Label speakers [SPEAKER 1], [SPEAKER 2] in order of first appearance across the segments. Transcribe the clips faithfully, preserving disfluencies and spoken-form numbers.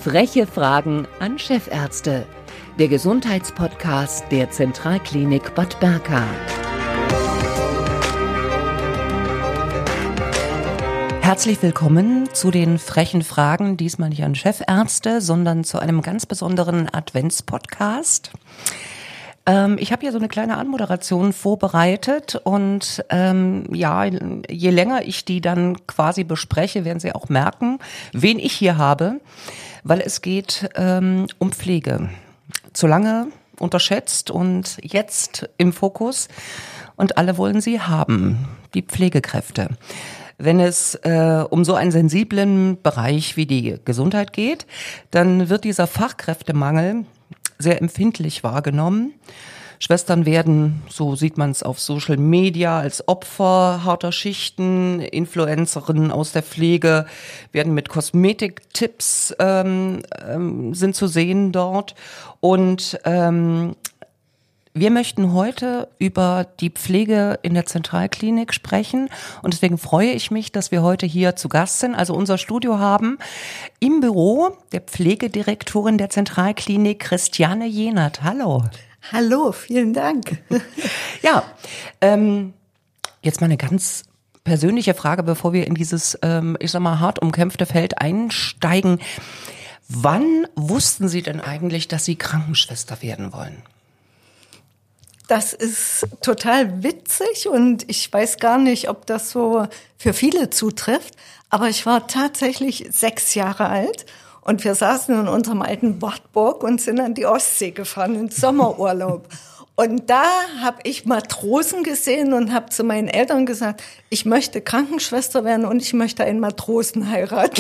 [SPEAKER 1] Freche Fragen an Chefärzte. Der Gesundheitspodcast der Zentralklinik Bad Berka.
[SPEAKER 2] Herzlich willkommen zu den frechen Fragen, diesmal nicht an Chefärzte, sondern zu einem ganz besonderen Adventspodcast. Ähm, ich habe hier so eine kleine Anmoderation vorbereitet und ähm, ja, je länger ich die dann quasi bespreche, werden Sie auch merken, wen ich hier habe, weil es geht ähm, um Pflege. Zu lange unterschätzt und jetzt im Fokus und alle wollen sie haben, die Pflegekräfte. Wenn es äh, um so einen sensiblen Bereich wie die Gesundheit geht, dann wird dieser Fachkräftemangel sehr empfindlich wahrgenommen. Schwestern werden, so sieht man es auf Social Media, als Opfer harter Schichten. Influencerinnen aus der Pflege werden mit Kosmetiktipps ähm, ähm, sind zu sehen dort. Und ähm, wir möchten heute über die Pflege in der Zentralklinik sprechen und deswegen freue ich mich, dass wir heute hier zu Gast sind, also unser Studio haben, im Büro der Pflegedirektorin der Zentralklinik, Christiane Jenert. Hallo.
[SPEAKER 3] Hallo, vielen Dank.
[SPEAKER 2] Ja, ähm, jetzt mal eine ganz persönliche Frage, bevor wir in dieses, ähm, ich sag mal, hart umkämpfte Feld einsteigen. Wann wussten Sie denn eigentlich, dass Sie Krankenschwester werden wollen?
[SPEAKER 3] Das ist total witzig und ich weiß gar nicht, ob das so für viele zutrifft, aber ich war tatsächlich sechs Jahre alt und wir saßen in unserem alten Wartburg und sind an die Ostsee gefahren, in Sommerurlaub. Und da habe ich Matrosen gesehen und habe zu meinen Eltern gesagt, ich möchte Krankenschwester werden und ich möchte einen Matrosen heiraten.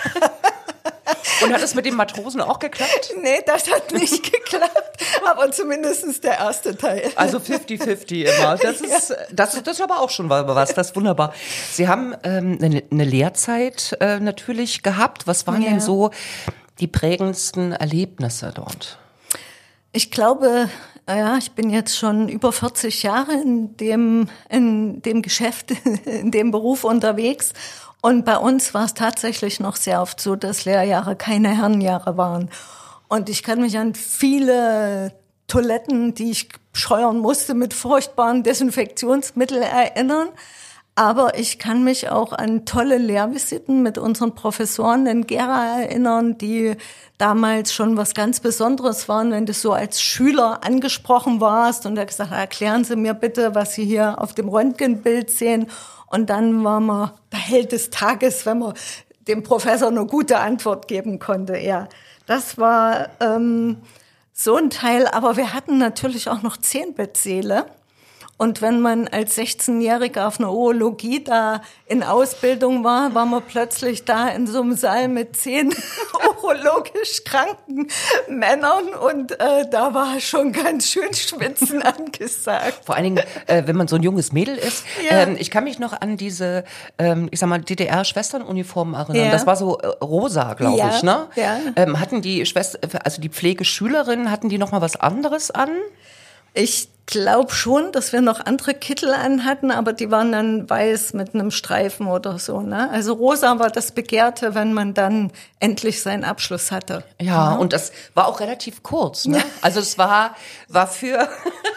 [SPEAKER 2] Und hat es mit den Matrosen auch geklappt?
[SPEAKER 3] Nee, das hat nicht geklappt, aber zumindest der erste Teil.
[SPEAKER 2] Also fifty fifty immer. Das ist, ja. das, das ist aber auch schon was, das ist wunderbar. Sie haben ähm, eine, eine Lehrzeit äh, natürlich gehabt. Was waren ja. denn so die prägendsten Erlebnisse dort?
[SPEAKER 3] Ich glaube, ja, ich bin jetzt schon über vierzig Jahre in dem, in dem Geschäft, in dem Beruf unterwegs. Und bei uns war es tatsächlich noch sehr oft so, dass Lehrjahre keine Herrenjahre waren. Und ich kann mich an viele Toiletten, die ich scheuern musste mit furchtbaren Desinfektionsmitteln erinnern. Aber ich kann mich auch an tolle Lehrvisiten mit unseren Professoren in Gera erinnern, die damals schon was ganz Besonderes waren, wenn du so als Schüler angesprochen warst und er gesagt hat, erklären Sie mir bitte, was Sie hier auf dem Röntgenbild sehen. Und dann war man der Held des Tages, wenn man dem Professor eine gute Antwort geben konnte. Ja, das war ähm, so ein Teil. Aber wir hatten natürlich auch noch zehn Bettsäle. Und wenn man als sechzehnjähriger auf einer Urologie da in Ausbildung war, war man plötzlich da in so einem Saal mit zehn urologisch kranken Männern und äh, da war schon ganz schön Schwitzen angesagt.
[SPEAKER 2] Vor allen Dingen, äh, wenn man so ein junges Mädel ist. Ja. Ähm, ich kann mich noch an diese, ähm, ich sag mal, D D R-Schwesternuniformen erinnern. Ja. Das war so äh, rosa, glaube
[SPEAKER 3] ja.
[SPEAKER 2] ich, ne?
[SPEAKER 3] Ja.
[SPEAKER 2] Ähm, hatten die Schwester, also die Pflegeschülerinnen, hatten die noch mal was anderes an?
[SPEAKER 3] Ich glaube schon, dass wir noch andere Kittel anhatten, aber die waren dann weiß mit einem Streifen oder so. Ne? Also rosa war das Begehrte, wenn man dann endlich seinen Abschluss hatte.
[SPEAKER 2] Ja,
[SPEAKER 3] ja.
[SPEAKER 2] Und das war auch relativ kurz. Ne? Ja. Also es war, war für...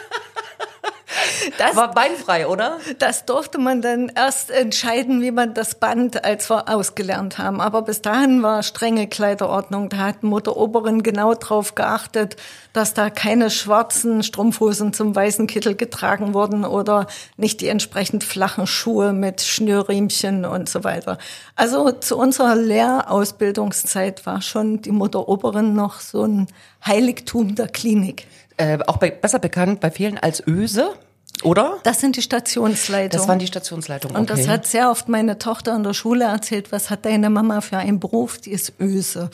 [SPEAKER 2] Das war beinfrei, oder?
[SPEAKER 3] Das durfte man dann erst entscheiden, wie man das Band als wir ausgelernt haben. Aber bis dahin war strenge Kleiderordnung. Da hat Mutter Oberin genau drauf geachtet, dass da keine schwarzen Strumpfhosen zum weißen Kittel getragen wurden oder nicht die entsprechend flachen Schuhe mit Schnürriemchen und so weiter. Also zu unserer Lehrausbildungszeit war schon die Mutter Oberin noch so ein Heiligtum der Klinik.
[SPEAKER 2] Äh, auch bei, besser bekannt bei vielen als Öse. Oder?
[SPEAKER 3] Das sind die Stationsleitungen.
[SPEAKER 2] Das waren die Stationsleitungen,
[SPEAKER 3] okay. Und das hat sehr oft meine Tochter in der Schule erzählt, was hat deine Mama für einen Beruf? Die ist Öse.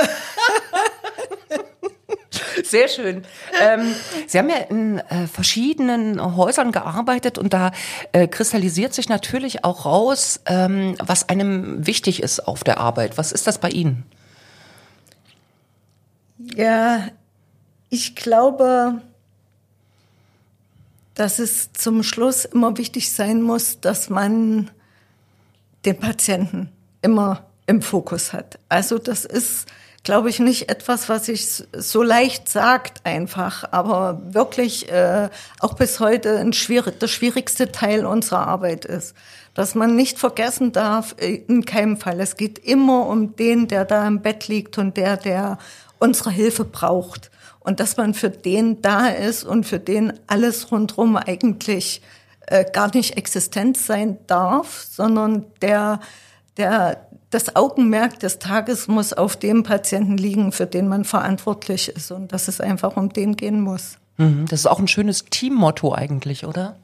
[SPEAKER 2] Sehr schön. Ähm, Sie haben ja in äh, verschiedenen Häusern gearbeitet und da äh, kristallisiert sich natürlich auch raus, ähm, was einem wichtig ist auf der Arbeit. Was ist das bei Ihnen?
[SPEAKER 3] Ja, ich glaube, dass es zum Schluss immer wichtig sein muss, dass man den Patienten immer im Fokus hat. Also das ist glaube ich, nicht etwas, was sich so leicht sagt einfach, aber wirklich äh, auch bis heute ein schwierig, der schwierigste Teil unserer Arbeit ist. Dass man nicht vergessen darf, in keinem Fall. Es geht immer um den, der da im Bett liegt und der, der unsere Hilfe braucht. Und dass man für den da ist und für den alles rundherum eigentlich äh, gar nicht existent sein darf, sondern der, der, das Augenmerk des Tages muss auf dem Patienten liegen, für den man verantwortlich ist. Und dass es einfach um den gehen muss.
[SPEAKER 2] Das ist auch ein schönes Teammotto eigentlich, oder?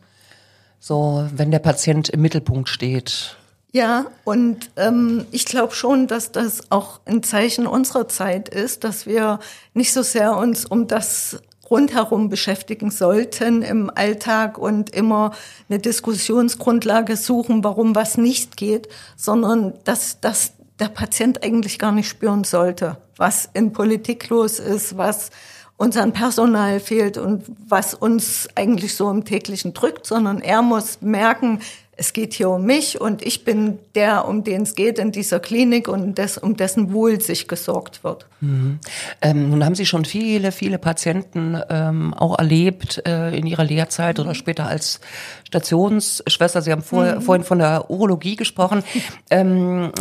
[SPEAKER 2] So, wenn der Patient im Mittelpunkt steht.
[SPEAKER 3] Ja, und ähm, ich glaube schon, dass das auch ein Zeichen unserer Zeit ist, dass wir nicht so sehr uns um das rundherum beschäftigen sollten im Alltag und immer eine Diskussionsgrundlage suchen, warum was nicht geht, sondern dass, dass der Patient eigentlich gar nicht spüren sollte, was in Politik los ist, was uns an Personal fehlt und was uns eigentlich so im Täglichen drückt, sondern er muss merken, es geht hier um mich und ich bin der, um den es geht in dieser Klinik und des, um dessen Wohl sich gesorgt wird.
[SPEAKER 2] Mhm. Ähm, nun haben Sie schon viele, viele Patienten ähm, auch erlebt äh, in Ihrer Lehrzeit mhm. oder später als Stationsschwester. Sie haben vor, mhm. vorhin von der Urologie gesprochen. Ähm,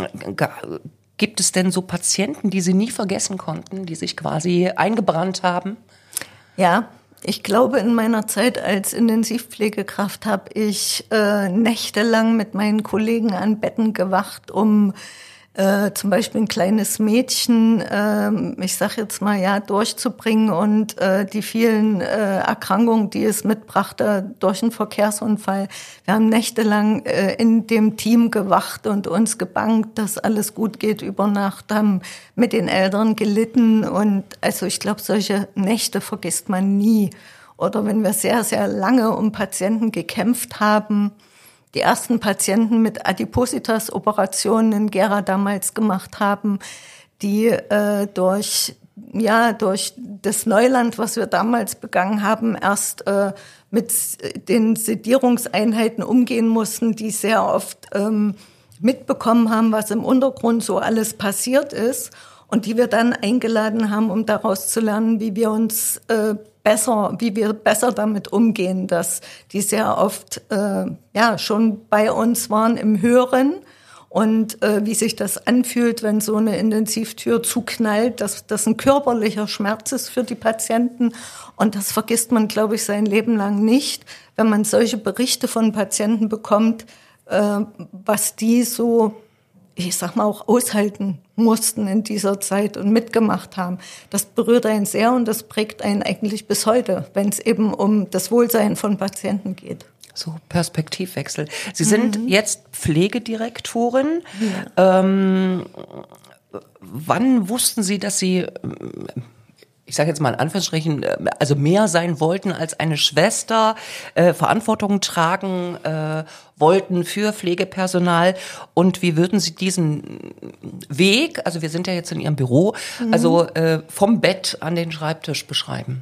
[SPEAKER 2] Gibt es denn so Patienten, die Sie nie vergessen konnten, die sich quasi eingebrannt haben?
[SPEAKER 3] Ja, ich glaube, in meiner Zeit als Intensivpflegekraft habe ich äh, nächtelang mit meinen Kollegen an Betten gewacht, um äh, zum Beispiel ein kleines Mädchen, äh, ich sage jetzt mal, ja, durchzubringen und äh, die vielen äh, Erkrankungen, die es mitbrachte durch einen Verkehrsunfall. Wir haben nächtelang äh, in dem Team gewacht und uns gebangt, dass alles gut geht über Nacht, haben mit den Eltern gelitten und also ich glaube, solche Nächte vergisst man nie. Oder wenn wir sehr, sehr lange um Patienten gekämpft haben, die ersten Patienten mit Adipositas-Operationen in Gera damals gemacht haben, die äh, durch ja durch das Neuland, was wir damals begangen haben, erst äh, mit den Sedierungseinheiten umgehen mussten, die sehr oft ähm, mitbekommen haben, was im Untergrund so alles passiert ist und die wir dann eingeladen haben, um daraus zu lernen, wie wir uns äh, besser, wie wir besser damit umgehen, dass die sehr oft äh, ja schon bei uns waren im Hören und äh, wie sich das anfühlt, wenn so eine Intensivtür zuknallt, dass das ein körperlicher Schmerz ist für die Patienten und das vergisst man, glaube ich, sein Leben lang nicht, wenn man solche Berichte von Patienten bekommt, äh, was die so, ich sag mal, auch aushalten mussten in dieser Zeit und mitgemacht haben. Das berührt einen sehr und das prägt einen eigentlich bis heute, wenn es eben um das Wohlsein von Patienten geht.
[SPEAKER 2] So, Perspektivwechsel. Sie sind mhm. jetzt Pflegedirektorin.
[SPEAKER 3] Ja.
[SPEAKER 2] Ähm, wann wussten Sie, dass Sie, ich sage jetzt mal in Anführungsstrichen, also mehr sein wollten als eine Schwester, äh, Verantwortung tragen äh, wollten für Pflegepersonal und wie würden Sie diesen Weg, also wir sind ja jetzt in Ihrem Büro, mhm. also äh, vom Bett an den Schreibtisch beschreiben?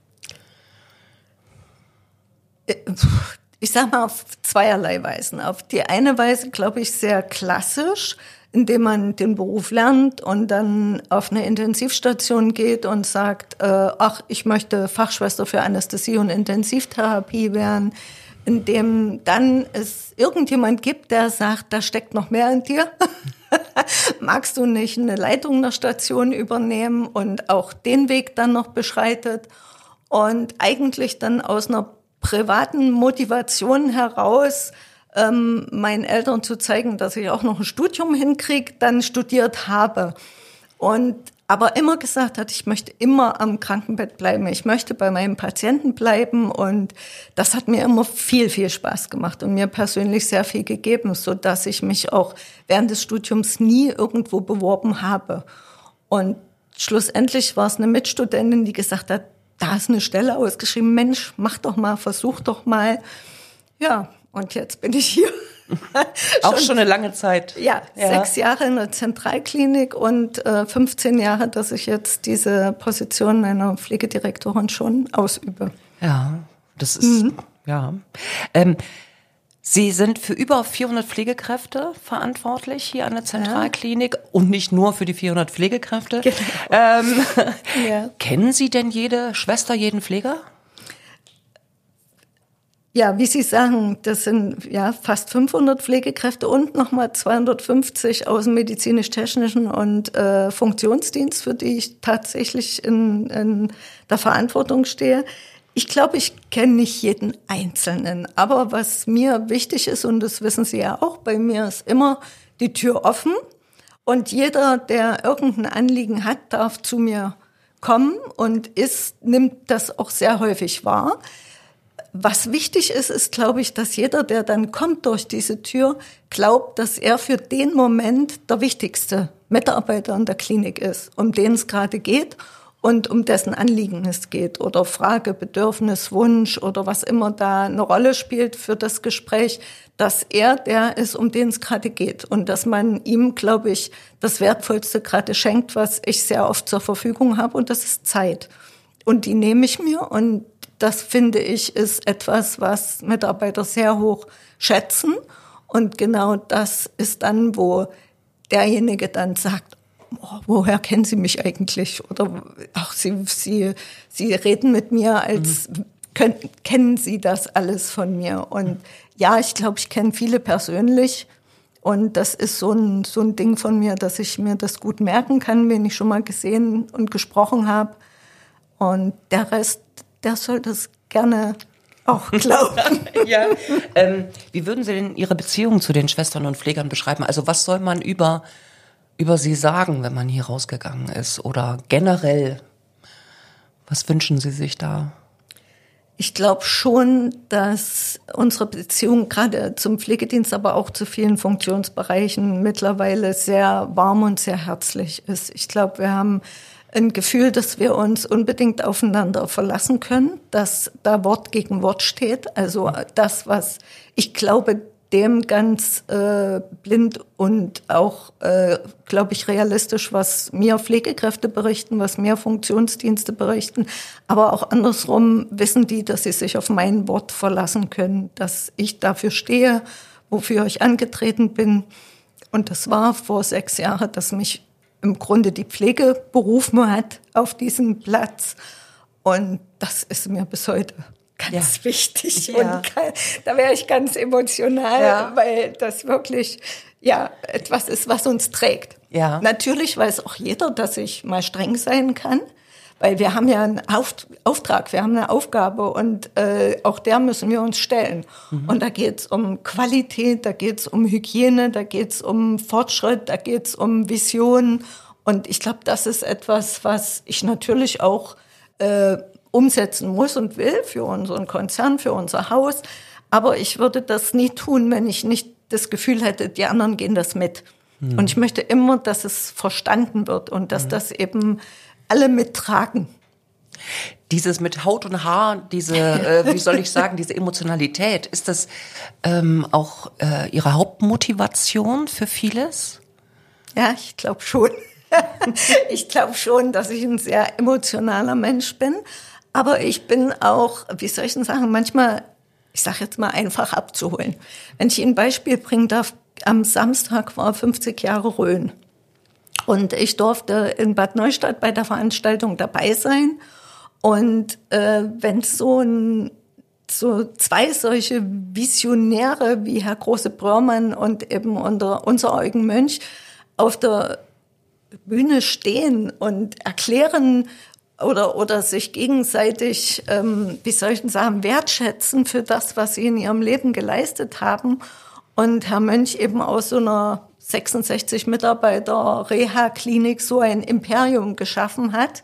[SPEAKER 3] Ich sag mal auf zweierlei Weisen. Auf die eine Weise, glaube ich, sehr klassisch, indem man den Beruf lernt und dann auf eine Intensivstation geht und sagt, äh, ach, ich möchte Fachschwester für Anästhesie und Intensivtherapie werden, indem dann es irgendjemand gibt, der sagt, da steckt noch mehr in dir. Magst du nicht eine Leitung der Station übernehmen und auch den Weg dann noch beschreitet und eigentlich dann aus einer privaten Motivation heraus ähm, meinen Eltern zu zeigen, dass ich auch noch ein Studium hinkriege, dann studiert habe. Und aber immer gesagt hat, ich möchte immer am Krankenbett bleiben, ich möchte bei meinem Patienten bleiben und das hat mir immer viel, viel Spaß gemacht und mir persönlich sehr viel gegeben, so dass ich mich auch während des Studiums nie irgendwo beworben habe. Und schlussendlich war es eine Mitstudentin, die gesagt hat, da ist eine Stelle ausgeschrieben, Mensch, mach doch mal, versuch doch mal. Ja, und jetzt bin ich hier.
[SPEAKER 2] Auch schon, schon eine lange Zeit.
[SPEAKER 3] Ja, ja, sechs Jahre in der Zentralklinik und äh, fünfzehn Jahre, dass ich jetzt diese Position einer Pflegedirektorin schon ausübe.
[SPEAKER 2] Ja, das ist, mhm. ja. Ähm, Sie sind für über vierhundert Pflegekräfte verantwortlich hier an der Zentralklinik ja. und nicht nur für die vierhundert Pflegekräfte. Genau. Ähm, ja. Kennen Sie denn jede Schwester, jeden Pfleger?
[SPEAKER 3] Ja, wie Sie sagen, das sind ja fast fünfhundert Pflegekräfte und nochmal zweihundertfünfzig aus dem medizinisch-technischen und äh, Funktionsdienst, für die ich tatsächlich in, in der Verantwortung stehe. Ich glaube, ich kenne nicht jeden Einzelnen, aber was mir wichtig ist, und das wissen Sie ja auch, bei mir ist immer die Tür offen und jeder, der irgendein Anliegen hat, darf zu mir kommen und ist, nimmt das auch sehr häufig wahr. Was wichtig ist, ist, glaube ich, dass jeder, der dann kommt durch diese Tür, glaubt, dass er für den Moment der wichtigste Mitarbeiter in der Klinik ist, um den es gerade geht und um dessen Anliegen es geht oder Frage, Bedürfnis, Wunsch oder was immer da eine Rolle spielt für das Gespräch, dass er der ist, um den es gerade geht und dass man ihm, glaube ich, das Wertvollste gerade schenkt, was ich sehr oft zur Verfügung habe, und das ist Zeit. Und die nehme ich mir, und das, finde ich, ist etwas, was Mitarbeiter sehr hoch schätzen, und genau das ist dann, wo derjenige dann sagt, oh, woher kennen Sie mich eigentlich? Oder ach, Sie, Sie, Sie reden mit mir, als mhm. können, kennen Sie das alles von mir? Und ja, ich glaube, ich kenne viele persönlich. Und das ist so ein, so ein Ding von mir, dass ich mir das gut merken kann, wen ich schon mal gesehen und gesprochen habe. Und der Rest, der soll das gerne auch glauben.
[SPEAKER 2] ja. ähm, wie würden Sie denn Ihre Beziehung zu den Schwestern und Pflegern beschreiben? Also was soll man über über sie sagen, wenn man hier rausgegangen ist? Oder generell, was wünschen Sie sich da?
[SPEAKER 3] Ich glaube schon, dass unsere Beziehung gerade zum Pflegedienst, aber auch zu vielen Funktionsbereichen mittlerweile sehr warm und sehr herzlich ist. Ich glaube, wir haben ein Gefühl, dass wir uns unbedingt aufeinander verlassen können, dass da Wort gegen Wort steht. Also das, was ich glaube, dem ganz äh, blind und auch, äh, glaube ich, realistisch, was mir Pflegekräfte berichten, was mir Funktionsdienste berichten. Aber auch andersrum wissen die, dass sie sich auf mein Wort verlassen können, dass ich dafür stehe, wofür ich angetreten bin. Und das war vor sechs Jahren, dass mich im Grunde die Pflege berufen hat auf diesen Platz. Und das ist mir bis heute ganz ja. wichtig. Ja. Und da wäre ich ganz emotional, ja. weil das wirklich ja etwas ist, was uns trägt. Ja. Natürlich weiß auch jeder, dass ich mal streng sein kann, weil wir haben ja einen Auf- Auftrag, wir haben eine Aufgabe, und äh, auch der müssen wir uns stellen. Mhm. Und da geht es um Qualität, da geht es um Hygiene, da geht es um Fortschritt, da geht es um Visionen. Und ich glaube, das ist etwas, was ich natürlich auch äh, umsetzen muss und will für unseren Konzern, für unser Haus. Aber ich würde das nie tun, wenn ich nicht das Gefühl hätte, die anderen gehen das mit. Mhm. Und ich möchte immer, dass es verstanden wird und dass mhm. das eben alle mittragen.
[SPEAKER 2] Dieses mit Haut und Haar, diese, äh, wie soll ich sagen, diese Emotionalität, ist das ähm, auch äh, Ihre Hauptmotivation für vieles?
[SPEAKER 3] Ja, ich glaube schon. Ich glaube schon, dass ich ein sehr emotionaler Mensch bin. Aber ich bin auch, wie soll ich denn sagen, manchmal, ich sage jetzt mal, einfach abzuholen. Wenn ich Ihnen ein Beispiel bringen darf, am Samstag war fünfzig Jahre Rhön. Und ich durfte in Bad Neustadt bei der Veranstaltung dabei sein. Und äh, wenn so ein so zwei solche Visionäre wie Herr Große-Brörmann und eben unser, unser Eugen Mönch auf der Bühne stehen und erklären oder oder sich gegenseitig, ähm, wie soll ich denn sagen, wertschätzen für das, was sie in ihrem Leben geleistet haben. Und Herr Mönch eben aus so einer sechsundsechzig Mitarbeiter Reha-Klinik so ein Imperium geschaffen hat.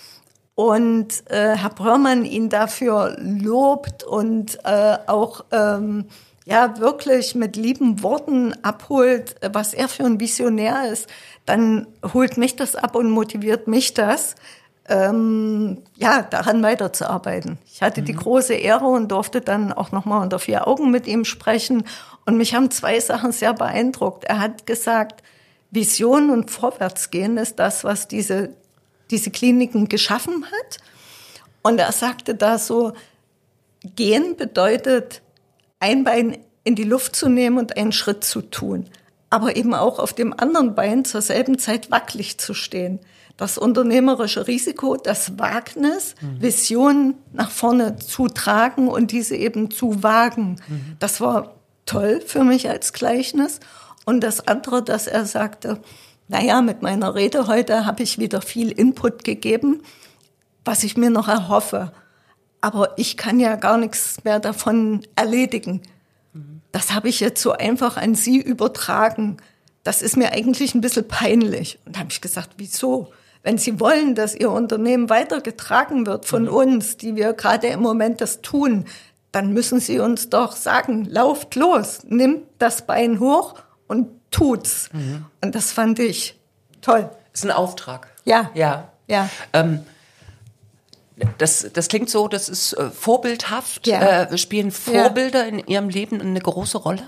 [SPEAKER 3] Und äh, Herr Brörmann ihn dafür lobt und äh, auch ähm, ja wirklich mit lieben Worten abholt, was er für ein Visionär ist, dann holt mich das ab und motiviert mich das, ähm, ja, daran weiterzuarbeiten. Ich hatte mhm. die große Ehre und durfte dann auch nochmal unter vier Augen mit ihm sprechen. Und mich haben zwei Sachen sehr beeindruckt. Er hat gesagt, Vision und Vorwärtsgehen ist das, was diese, diese Kliniken geschaffen hat. Und er sagte da so, gehen bedeutet ein Bein in die Luft zu nehmen und einen Schritt zu tun. Aber eben auch auf dem anderen Bein zur selben Zeit wackelig zu stehen. Das unternehmerische Risiko, das Wagnis, mhm. Visionen nach vorne zu tragen und diese eben zu wagen. Mhm. Das war toll für mich als Gleichnis. Und das andere, dass er sagte, naja, mit meiner Rede heute habe ich wieder viel Input gegeben, was ich mir noch erhoffe. Aber ich kann ja gar nichts mehr davon erledigen. Mhm. Das habe ich jetzt so einfach an Sie übertragen. Das ist mir eigentlich ein bisschen peinlich. Und da habe ich gesagt, wieso? Wenn Sie wollen, dass Ihr Unternehmen weitergetragen wird von mhm. uns, die wir gerade im Moment das tun, dann müssen Sie uns doch sagen, lauft los, nimmt das Bein hoch und tut's. Mhm. Und das fand ich toll.
[SPEAKER 2] Ist ein Auftrag.
[SPEAKER 3] Ja.
[SPEAKER 2] Ja.
[SPEAKER 3] Ja.
[SPEAKER 2] Ähm, das, das klingt so, das ist äh, vorbildhaft.
[SPEAKER 3] Ja.
[SPEAKER 2] Äh, spielen Vorbilder
[SPEAKER 3] ja.
[SPEAKER 2] in Ihrem Leben eine große Rolle?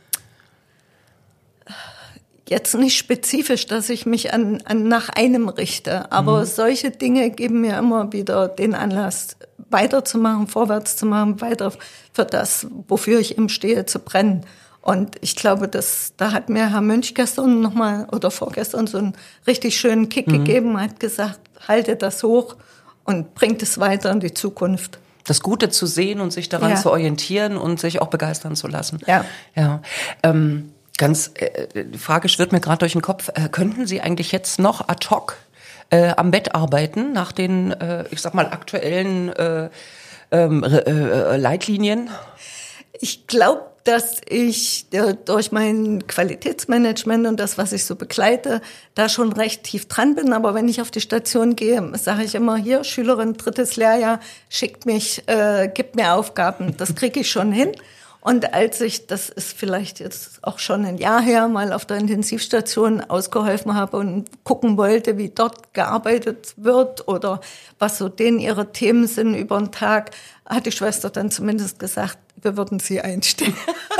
[SPEAKER 3] Jetzt nicht spezifisch, dass ich mich an, an nach einem richte, aber mhm. solche Dinge geben mir immer wieder den Anlass, weiterzumachen, vorwärts zu machen, weiter für das, wofür ich eben stehe, zu brennen. Und ich glaube, dass, da hat mir Herr Mönch gestern nochmal oder vorgestern so einen richtig schönen Kick mhm. gegeben, hat gesagt, haltet das hoch und bringt es weiter in die Zukunft.
[SPEAKER 2] Das Gute zu sehen und sich daran ja. zu orientieren und sich auch begeistern zu lassen.
[SPEAKER 3] Ja.
[SPEAKER 2] Ja. Ähm, ganz, äh, die Frage schwirrt mir gerade durch den Kopf, äh, könnten Sie eigentlich jetzt noch ad hoc äh, am Bett arbeiten, nach den, äh, ich sag mal, aktuellen äh, ähm, äh, Leitlinien?
[SPEAKER 3] Ich glaube, dass ich äh, durch mein Qualitätsmanagement und das, was ich so begleite, da schon recht tief dran bin. Aber wenn ich auf die Station gehe, sage ich immer, hier, Schülerin, drittes Lehrjahr, schickt mich, äh, gibt mir Aufgaben. Das kriege ich schon hin. Und als ich, das ist vielleicht jetzt auch schon ein Jahr her, mal auf der Intensivstation ausgeholfen habe und gucken wollte, wie dort gearbeitet wird oder was so denen ihre Themen sind über den Tag, hat die Schwester dann zumindest gesagt, wir würden sie einstellen.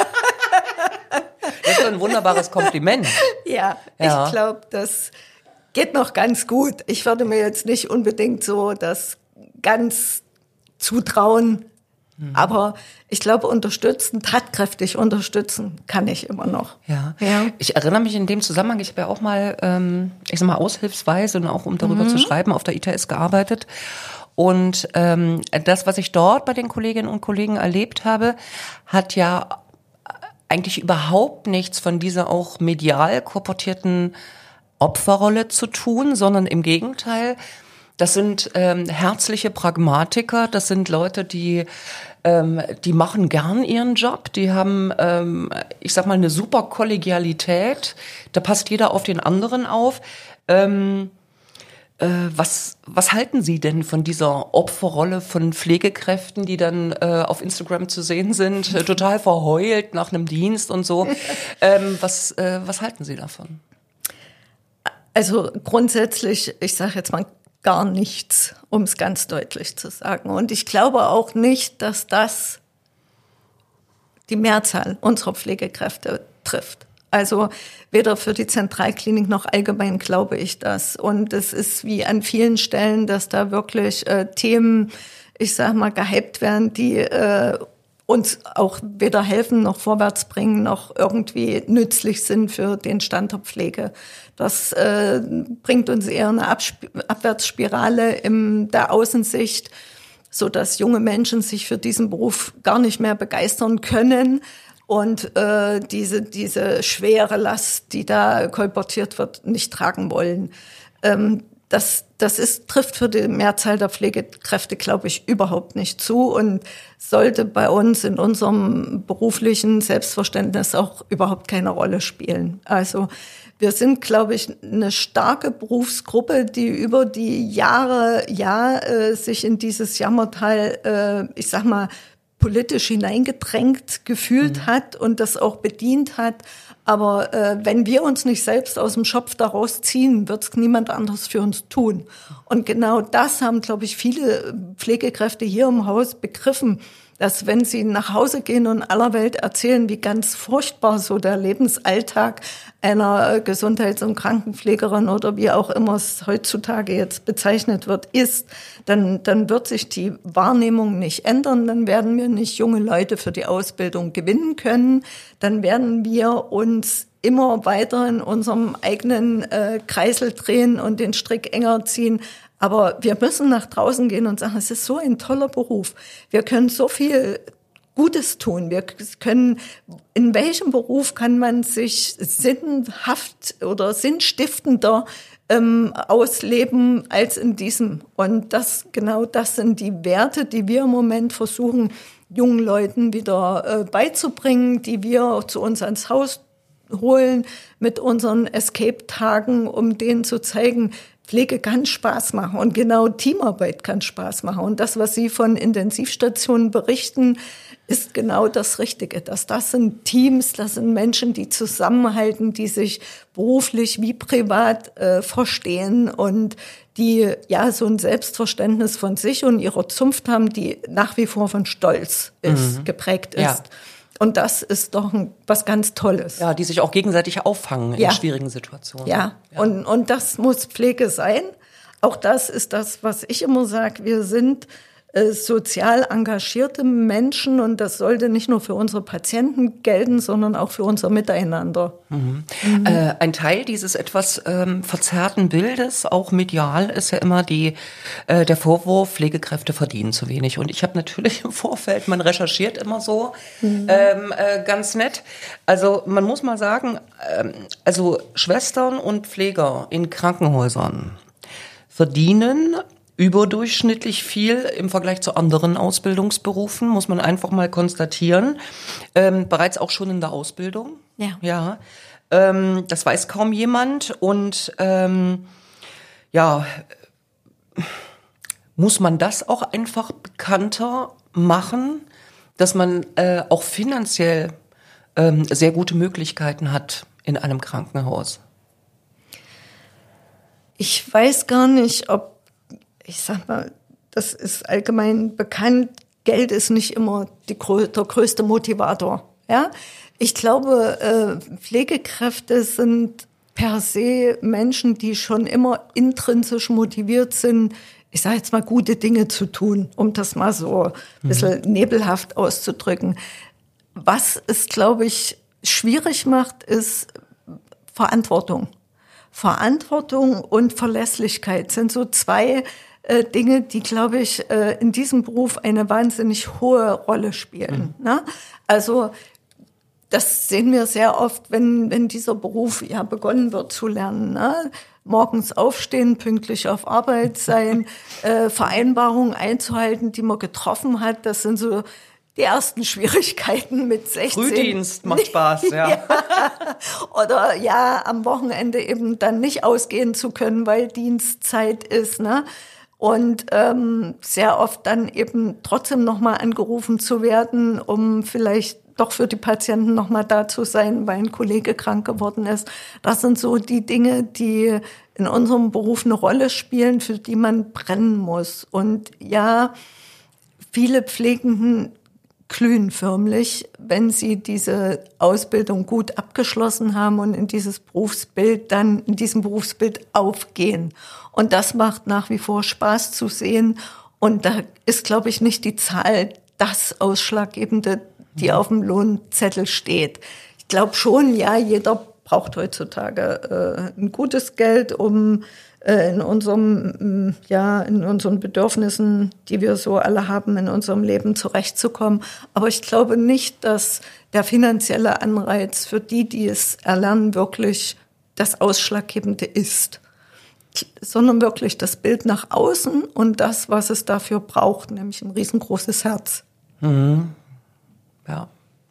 [SPEAKER 2] Das ist ein wunderbares Kompliment.
[SPEAKER 3] Ja,
[SPEAKER 2] ja.
[SPEAKER 3] Ich glaube, das geht noch ganz gut. Ich würde mir jetzt nicht unbedingt so das ganz zutrauen, mhm. aber ich glaube, unterstützen, tatkräftig unterstützen kann ich immer noch.
[SPEAKER 2] Ja.
[SPEAKER 3] ja.
[SPEAKER 2] Ich erinnere mich in dem Zusammenhang, ich habe ja auch mal, ähm, ich sag mal, aushilfsweise und auch um darüber mhm. zu schreiben, auf der I T S gearbeitet. Und ähm, das, was ich dort bei den Kolleginnen und Kollegen erlebt habe, hat ja eigentlich überhaupt nichts von dieser auch medial kolportierten Opferrolle zu tun, sondern im Gegenteil, das sind ähm, herzliche Pragmatiker, das sind Leute, die ähm, die machen gern ihren Job, die haben, ähm, ich sag mal, eine super Kollegialität, da passt jeder auf den anderen auf. Ähm, Was, was halten Sie denn von dieser Opferrolle von Pflegekräften, die dann äh, auf Instagram zu sehen sind, äh, total verheult nach einem Dienst und so? ähm, was, äh, was halten Sie davon?
[SPEAKER 3] Also grundsätzlich, ich sage jetzt mal gar nichts, um es ganz deutlich zu sagen. Und ich glaube auch nicht, dass das die Mehrzahl unserer Pflegekräfte trifft. Also weder für die Zentralklinik noch allgemein glaube ich das. Und es ist wie an vielen Stellen, dass da wirklich äh, Themen, ich sag mal, gehypt werden, die äh, uns auch weder helfen noch vorwärts bringen, noch irgendwie nützlich sind für den Stand der Pflege. Das äh, bringt uns eher eine Absp- Abwärtsspirale in der Außensicht, so dass junge Menschen sich für diesen Beruf gar nicht mehr begeistern können. Und äh, diese diese schwere Last, die da kolportiert wird, nicht tragen wollen. Ähm, das das ist trifft für die Mehrzahl der Pflegekräfte, glaube ich, überhaupt nicht zu und sollte bei uns in unserem beruflichen Selbstverständnis auch überhaupt keine Rolle spielen. Also wir sind, glaube ich, eine starke Berufsgruppe, die über die Jahre ja äh, sich in dieses Jammertal, äh, ich sag mal, politisch hineingedrängt gefühlt mhm. hat und das auch bedient hat. Aber äh, wenn wir uns nicht selbst aus dem Schopf daraus ziehen, wird es niemand anderes für uns tun. Und genau das haben, glaube ich, viele Pflegekräfte hier im Haus begriffen, dass wenn sie nach Hause gehen und aller Welt erzählen, wie ganz furchtbar so der Lebensalltag einer Gesundheits- und Krankenpflegerin oder wie auch immer es heutzutage jetzt bezeichnet wird, ist, dann, dann wird sich die Wahrnehmung nicht ändern, dann werden wir nicht junge Leute für die Ausbildung gewinnen können, dann werden wir uns immer weiter in unserem eigenen äh, Kreisel drehen und den Strick enger ziehen. Aber wir müssen nach draußen gehen und sagen, es ist so ein toller Beruf. Wir können so viel Gutes tun. Wir können, in welchem Beruf kann man sich sinnhaft oder sinnstiftender ähm, ausleben als in diesem? Und das, genau das sind die Werte, die wir im Moment versuchen, jungen Leuten wieder äh, beizubringen, die wir zu uns ans Haus holen mit unseren Escape-Tagen, um denen zu zeigen, Pflege kann Spaß machen und genau Teamarbeit kann Spaß machen. Und das, was Sie von Intensivstationen berichten, ist genau das Richtige. Dass das sind Teams, das sind Menschen, die zusammenhalten, die sich beruflich wie privat äh, verstehen und die ja so ein Selbstverständnis von sich und ihrer Zunft haben, die nach wie vor von Stolz ist, mhm. geprägt ist. Ja. Und das ist doch ein, was ganz Tolles.
[SPEAKER 2] Ja, die sich auch gegenseitig auffangen in
[SPEAKER 3] ja.
[SPEAKER 2] schwierigen Situationen.
[SPEAKER 3] Ja, ja. Und, und das muss Pflege sein. Auch das ist das, was ich immer sage. Wir sind äh, sozial engagierte Menschen und das sollte nicht nur für unsere Patienten gelten, sondern auch für unser Miteinander.
[SPEAKER 2] Mhm. Mhm. Äh, ein Teil dieses etwas ähm, verzerrten Bildes, auch medial, ist ja immer die äh, der Vorwurf, Pflegekräfte verdienen zu wenig. Und ich habe natürlich im Vorfeld, man recherchiert immer so, mhm. ähm, äh, ganz nett. Also man muss mal sagen, ähm, also Schwestern und Pfleger in Krankenhäusern verdienen überdurchschnittlich viel im Vergleich zu anderen Ausbildungsberufen, muss man einfach mal konstatieren. Ähm, bereits auch schon in der Ausbildung.
[SPEAKER 3] Ja.
[SPEAKER 2] Ja. Ähm, das weiß kaum jemand. Und ähm, ja, muss man das auch einfach bekannter machen, dass man äh, auch finanziell ähm, sehr gute Möglichkeiten hat in einem Krankenhaus?
[SPEAKER 3] Ich weiß gar nicht, ob Ich sag mal, das ist allgemein bekannt, Geld ist nicht immer die, der größte Motivator. Ja? Ich glaube, äh, Pflegekräfte sind per se Menschen, die schon immer intrinsisch motiviert sind, ich sage jetzt mal, gute Dinge zu tun, um das mal so ein bisschen mhm. nebelhaft auszudrücken. Was es, glaube ich, schwierig macht, ist Verantwortung. Verantwortung und Verlässlichkeit sind so zwei äh, Dinge, die, glaube ich, äh, in diesem Beruf eine wahnsinnig hohe Rolle spielen. Mhm. Ne? Also das sehen wir sehr oft, wenn, wenn dieser Beruf ja begonnen wird zu lernen. Ne? Morgens aufstehen, pünktlich auf Arbeit sein, äh, Vereinbarungen einzuhalten, die man getroffen hat. Das sind so die ersten Schwierigkeiten mit sechzehn.
[SPEAKER 2] Frühdienst macht Spaß, ja.
[SPEAKER 3] ja. Oder ja, am Wochenende eben dann nicht ausgehen zu können, weil Dienstzeit ist, ne? Und ähm, sehr oft dann eben trotzdem nochmal angerufen zu werden, um vielleicht doch für die Patienten nochmal da zu sein, weil ein Kollege krank geworden ist. Das sind so die Dinge, die in unserem Beruf eine Rolle spielen, für die man brennen muss. Und ja, viele Pflegenden glühen förmlich, wenn sie diese Ausbildung gut abgeschlossen haben und in dieses Berufsbild dann, in diesem Berufsbild aufgehen. Und das macht nach wie vor Spaß zu sehen. Und da ist, glaube ich, nicht die Zahl das Ausschlaggebende, die auf dem Lohnzettel steht. Ich glaube schon, ja, jeder braucht heutzutage äh, ein gutes Geld, um äh, in unserem, ja, in unseren Bedürfnissen, die wir so alle haben, in unserem Leben zurechtzukommen. Aber ich glaube nicht, dass der finanzielle Anreiz für die, die es erlernen, wirklich das Ausschlaggebende ist, sondern wirklich das Bild nach außen und das, was es dafür braucht, nämlich ein riesengroßes Herz.
[SPEAKER 2] Mhm. Ja.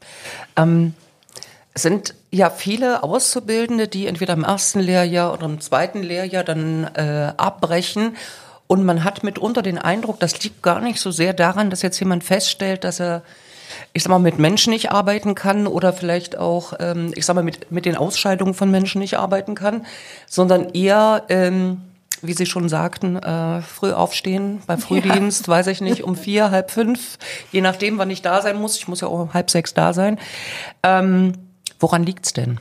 [SPEAKER 2] Ähm, es sind ja viele Auszubildende, die entweder im ersten Lehrjahr oder im zweiten Lehrjahr dann äh, abbrechen. Und man hat mitunter den Eindruck, das liegt gar nicht so sehr daran, dass jetzt jemand feststellt, dass er, ich sag mal, mit Menschen nicht arbeiten kann oder vielleicht auch, ähm, ich sag mal, mit, mit den Ausscheidungen von Menschen nicht arbeiten kann, sondern eher, ähm, wie Sie schon sagten, äh, früh aufstehen, bei Frühdienst, ja. weiß ich nicht, um vier, halb fünf, je nachdem, wann ich da sein muss. Ich muss ja auch um halb sechs da sein. Ähm, woran liegt's denn?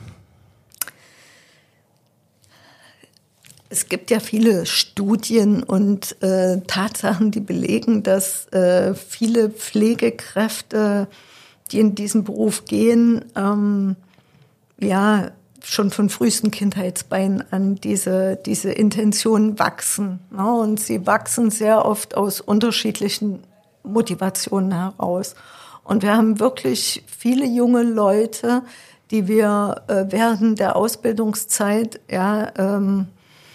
[SPEAKER 3] Es gibt ja viele Studien und äh, Tatsachen, die belegen, dass äh, viele Pflegekräfte, die in diesen Beruf gehen, ähm, ja schon von frühesten Kindheitsbeinen an diese diese Intention wachsen. Ne? Und sie wachsen sehr oft aus unterschiedlichen Motivationen heraus. Und wir haben wirklich viele junge Leute, die wir äh, während der Ausbildungszeit ja ähm,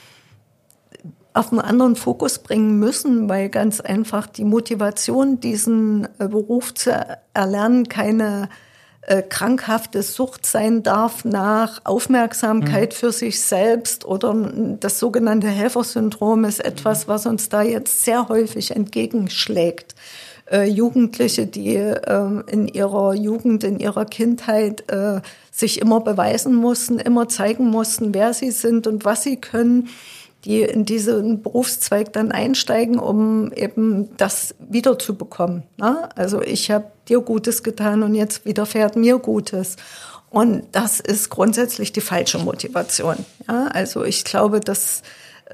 [SPEAKER 3] auf einen anderen Fokus bringen müssen, weil ganz einfach die Motivation, diesen äh, Beruf zu erlernen, keine äh, krankhafte Sucht sein darf nach Aufmerksamkeit mhm. für sich selbst oder das sogenannte Helfersyndrom ist etwas, was uns da jetzt sehr häufig entgegenschlägt. Äh, Jugendliche, die äh, in ihrer Jugend, in ihrer Kindheit äh, sich immer beweisen mussten, immer zeigen mussten, wer sie sind und was sie können, die in diesen Berufszweig dann einsteigen, um eben das wiederzubekommen. Ne? Also ich habe dir Gutes getan und jetzt widerfährt mir Gutes. Und das ist grundsätzlich die falsche Motivation. Ja? Also ich glaube, das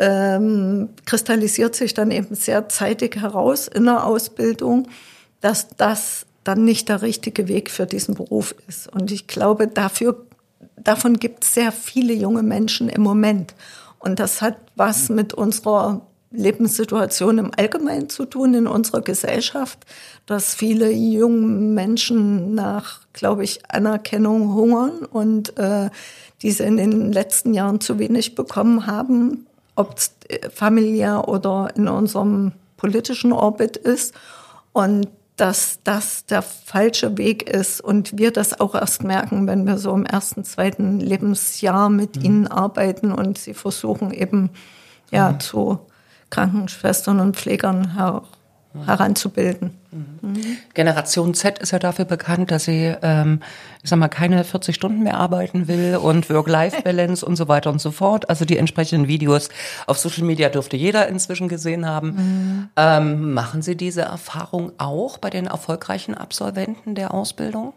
[SPEAKER 3] ähm, kristallisiert sich dann eben sehr zeitig heraus in der Ausbildung, dass das dann nicht der richtige Weg für diesen Beruf ist. Und ich glaube, dafür, davon gibt es sehr viele junge Menschen im Moment. Und das hat was mit unserer Lebenssituation im Allgemeinen zu tun in unserer Gesellschaft, dass viele junge Menschen nach, glaube ich, Anerkennung hungern und äh, diese in den letzten Jahren zu wenig bekommen haben, ob es familiär oder in unserem politischen Orbit ist. Und dass das der falsche Weg ist und wir das auch erst merken, wenn wir so im ersten, zweiten Lebensjahr mit mhm. ihnen arbeiten und sie versuchen eben ja mhm. zu Krankenschwestern und Pflegern her- mhm. heranzubilden.
[SPEAKER 2] Mhm. Mhm. Generation Z ist ja dafür bekannt, dass sie, ähm, ich sag mal, keine vierzig Stunden mehr arbeiten will und Work-Life-Balance und so weiter und so fort. Also die entsprechenden Videos auf Social Media dürfte jeder inzwischen gesehen haben. Mhm. Ähm, machen Sie diese Erfahrung auch bei den erfolgreichen Absolventen der Ausbildung?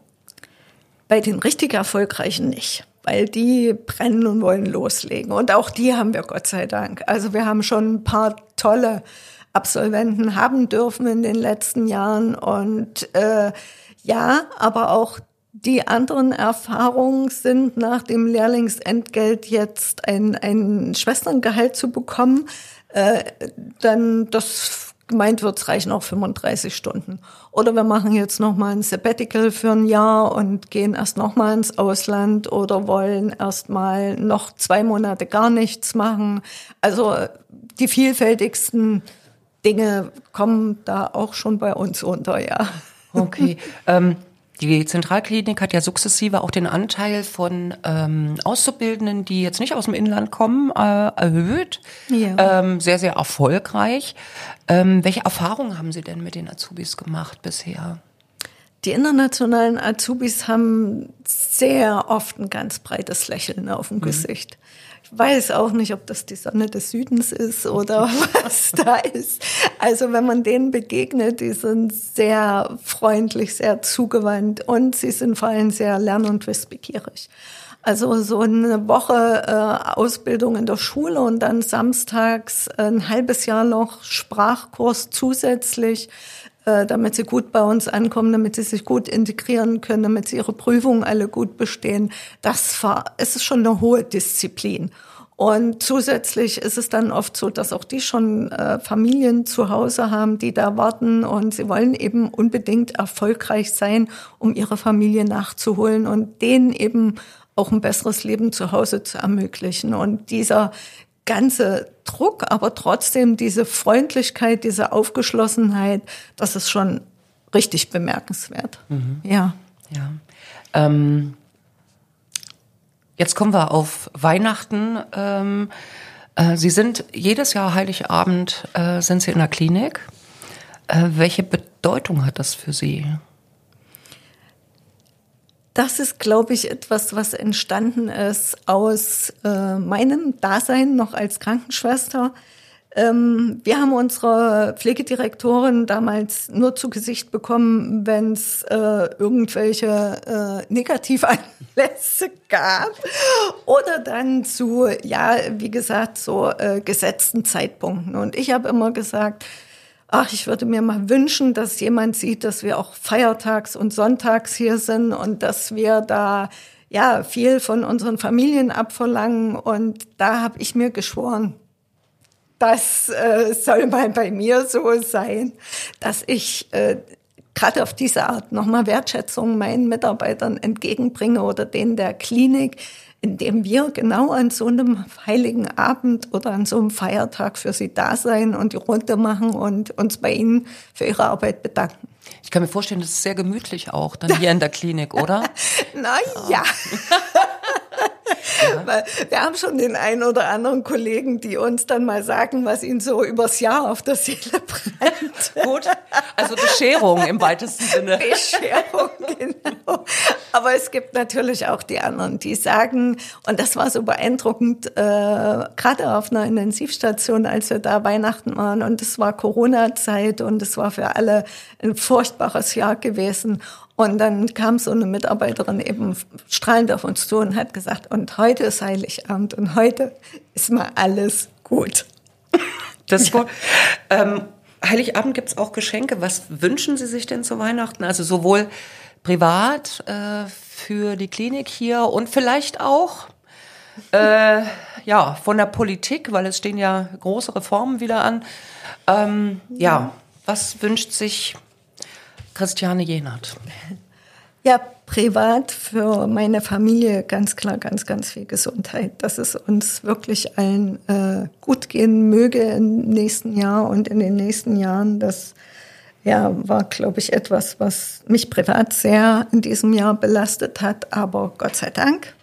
[SPEAKER 3] Bei den richtig Erfolgreichen nicht, weil die brennen und wollen loslegen. Und auch die haben wir, Gott sei Dank. Also wir haben schon ein paar tolle Absolventen haben dürfen in den letzten Jahren. Und äh, ja, aber auch die anderen Erfahrungen sind, nach dem Lehrlingsentgelt jetzt ein, ein Schwesterngehalt zu bekommen. Äh, dann das gemeint wird, es reichen auch fünfunddreißig Stunden. Oder wir machen jetzt noch mal ein Sabbatical für ein Jahr und gehen erst noch mal ins Ausland oder wollen erst mal noch zwei Monate gar nichts machen. Also die vielfältigsten Dinge kommen da auch schon bei uns unter, ja.
[SPEAKER 2] Okay. ähm, die Zentralklinik hat ja sukzessive auch den Anteil von ähm, Auszubildenden, die jetzt nicht aus dem Inland kommen, äh, erhöht. Ja. Ähm, sehr, sehr erfolgreich. Ähm, welche Erfahrungen haben Sie denn mit den Azubis gemacht bisher?
[SPEAKER 3] Die internationalen Azubis haben sehr oft ein ganz breites Lächeln auf dem mhm. Gesicht. Ich weiß auch nicht, ob das die Sonne des Südens ist oder was da ist. Also wenn man denen begegnet, die sind sehr freundlich, sehr zugewandt und sie sind vor allem sehr lern- und wissbegierig. Also so eine Woche äh, Ausbildung in der Schule und dann samstags ein halbes Jahr noch Sprachkurs zusätzlich, äh, damit sie gut bei uns ankommen, damit sie sich gut integrieren können, damit sie ihre Prüfungen alle gut bestehen. Das war, es ist schon eine hohe Disziplin. Und zusätzlich ist es dann oft so, dass auch die schon äh, Familien zu Hause haben, die da warten und sie wollen eben unbedingt erfolgreich sein, um ihre Familie nachzuholen und denen eben auch ein besseres Leben zu Hause zu ermöglichen. Und dieser ganze Druck, aber trotzdem diese Freundlichkeit, diese Aufgeschlossenheit, das ist schon richtig bemerkenswert. Mhm. Ja.
[SPEAKER 2] Ja. Ähm, jetzt kommen wir auf Weihnachten. Ähm, äh, Sie sind jedes Jahr Heiligabend, äh, sind Sie in der Klinik. Äh, welche Bedeutung hat das für Sie?
[SPEAKER 3] Das ist, glaube ich, etwas, was entstanden ist aus äh, meinem Dasein noch als Krankenschwester. Ähm, wir haben unsere Pflegedirektorin damals nur zu Gesicht bekommen, wenn es äh, irgendwelche äh, Negativanlässe gab oder dann zu, ja, wie gesagt, so äh, gesetzten Zeitpunkten. Und ich habe immer gesagt, ach, ich würde mir mal wünschen, dass jemand sieht, dass wir auch feiertags und sonntags hier sind und dass wir da ja viel von unseren Familien abverlangen. Und da habe ich mir geschworen, das äh, soll mal bei mir so sein, dass ich äh, gerade auf diese Art nochmal Wertschätzung meinen Mitarbeitern entgegenbringe oder denen der Klinik, indem wir genau an so einem heiligen Abend oder an so einem Feiertag für sie da sein und die Runde machen und uns bei ihnen für ihre Arbeit bedanken.
[SPEAKER 2] Ich kann mir vorstellen, das ist sehr gemütlich auch dann hier in der Klinik, oder?
[SPEAKER 3] Na ja. Ja. Weil wir haben schon den einen oder anderen Kollegen, die uns dann mal sagen, was ihnen so übers Jahr auf der Seele brennt.
[SPEAKER 2] Gut, also Bescherung im weitesten Sinne.
[SPEAKER 3] Bescherung, genau. Aber es gibt natürlich auch die anderen, die sagen, und das war so beeindruckend, äh, gerade auf einer Intensivstation, als wir da Weihnachten waren, und es war Corona-Zeit und es war für alle ein furchtbares Jahr gewesen. Und dann kam so eine Mitarbeiterin eben strahlend auf uns zu und hat gesagt, und heute ist Heiligabend und heute ist mal alles gut.
[SPEAKER 2] Das ist gut. Ähm, Heiligabend gibt's auch Geschenke. Was wünschen Sie sich denn zu Weihnachten? Also sowohl privat äh, für die Klinik hier und vielleicht auch äh, ja von der Politik, weil es stehen ja große Reformen wieder an. Ähm, ja. ja, was wünscht sich Christiane Jenert?
[SPEAKER 3] Ja, privat für meine Familie ganz klar, ganz, ganz viel Gesundheit, dass es uns wirklich allen äh, gut gehen möge im nächsten Jahr und in den nächsten Jahren. Das ja, war, glaube ich, etwas, was mich privat sehr in diesem Jahr belastet hat. Aber Gott sei Dank,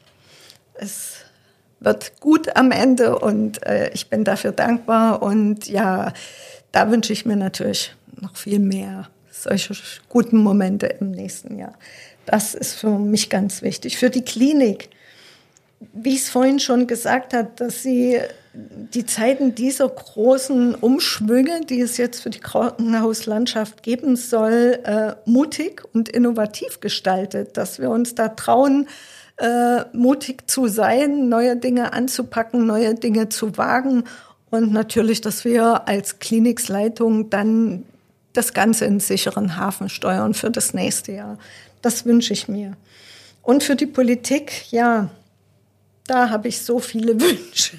[SPEAKER 3] es wird gut am Ende und äh, ich bin dafür dankbar. Und ja, da wünsche ich mir natürlich noch viel mehr solche guten Momente im nächsten Jahr. Das ist für mich ganz wichtig. Für die Klinik, wie ich es vorhin schon gesagt habe, dass sie die Zeiten dieser großen Umschwünge, die es jetzt für die Krankenhauslandschaft geben soll, äh, mutig und innovativ gestaltet, dass wir uns da trauen, äh, mutig zu sein, neue Dinge anzupacken, neue Dinge zu wagen und natürlich, dass wir als Klinikleitung dann das Ganze in sicheren Hafen steuern für das nächste Jahr. Das wünsche ich mir. Und für die Politik, ja, da habe ich so viele Wünsche.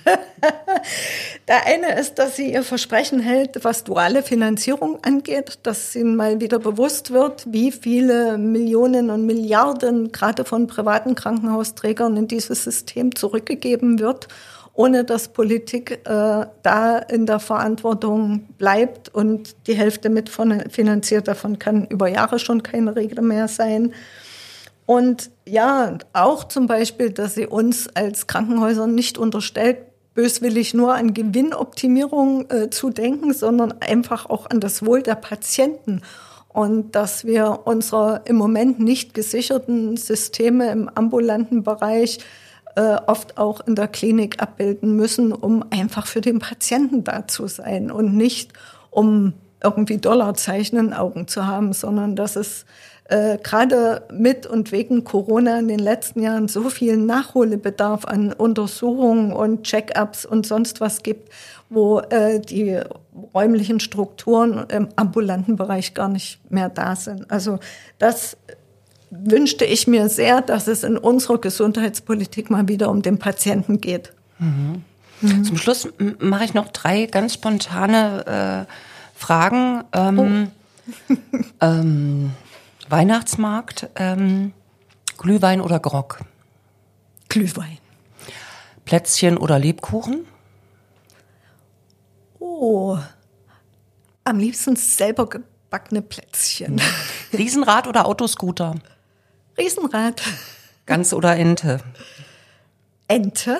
[SPEAKER 3] Der eine ist, dass sie ihr Versprechen hält, was duale Finanzierung angeht, dass ihnen mal wieder bewusst wird, wie viele Millionen und Milliarden gerade von privaten Krankenhausträgern in dieses System zurückgegeben wird, ohne dass Politik äh, da in der Verantwortung bleibt und die Hälfte mitfinanziert. Davon kann über Jahre schon keine Regel mehr sein. Und ja, auch zum Beispiel, dass sie uns als Krankenhäuser nicht unterstellt, böswillig nur an Gewinnoptimierung äh, zu denken, sondern einfach auch an das Wohl der Patienten. Und dass wir unsere im Moment nicht gesicherten Systeme im ambulanten Bereich oft auch in der Klinik abbilden müssen, um einfach für den Patienten da zu sein und nicht um irgendwie Dollarzeichen in den Augen zu haben, sondern dass es äh, gerade mit und wegen Corona in den letzten Jahren so viel Nachholbedarf an Untersuchungen und Check-ups und sonst was gibt, wo äh, die räumlichen Strukturen im ambulanten Bereich gar nicht mehr da sind. Also das wünschte ich mir sehr, dass es in unserer Gesundheitspolitik mal wieder um den Patienten geht.
[SPEAKER 2] Mhm. Mhm. Zum Schluss mache ich noch drei ganz spontane äh, Fragen. Ähm, oh. ähm, Weihnachtsmarkt, ähm, Glühwein oder Grog?
[SPEAKER 3] Glühwein.
[SPEAKER 2] Plätzchen oder Lebkuchen?
[SPEAKER 3] Oh, am liebsten selber gebackene Plätzchen.
[SPEAKER 2] Riesenrad oder Autoscooter?
[SPEAKER 3] Riesenrad.
[SPEAKER 2] Gans oder Ente?
[SPEAKER 3] Ente.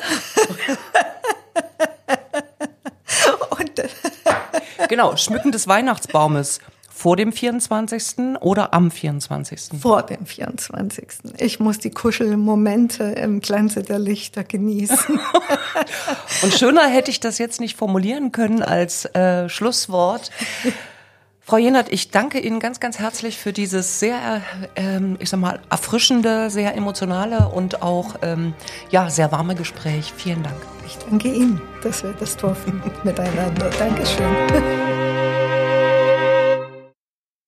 [SPEAKER 3] Und
[SPEAKER 2] genau, Schmücken des Weihnachtsbaumes. vor dem vierundzwanzigsten oder am vierundzwanzigsten?
[SPEAKER 3] Vor dem vierundzwanzigsten Ich muss die Kuschelmomente im Glanze der Lichter genießen.
[SPEAKER 2] Und schöner hätte ich das jetzt nicht formulieren können als äh, Schlusswort. Frau Jenert, ich danke Ihnen ganz, ganz herzlich für dieses sehr, ähm, ich sag mal, erfrischende, sehr emotionale und auch ähm, ja, sehr warme Gespräch. Vielen Dank.
[SPEAKER 3] Ich danke Ihnen, dass wir das durften miteinander. Dankeschön.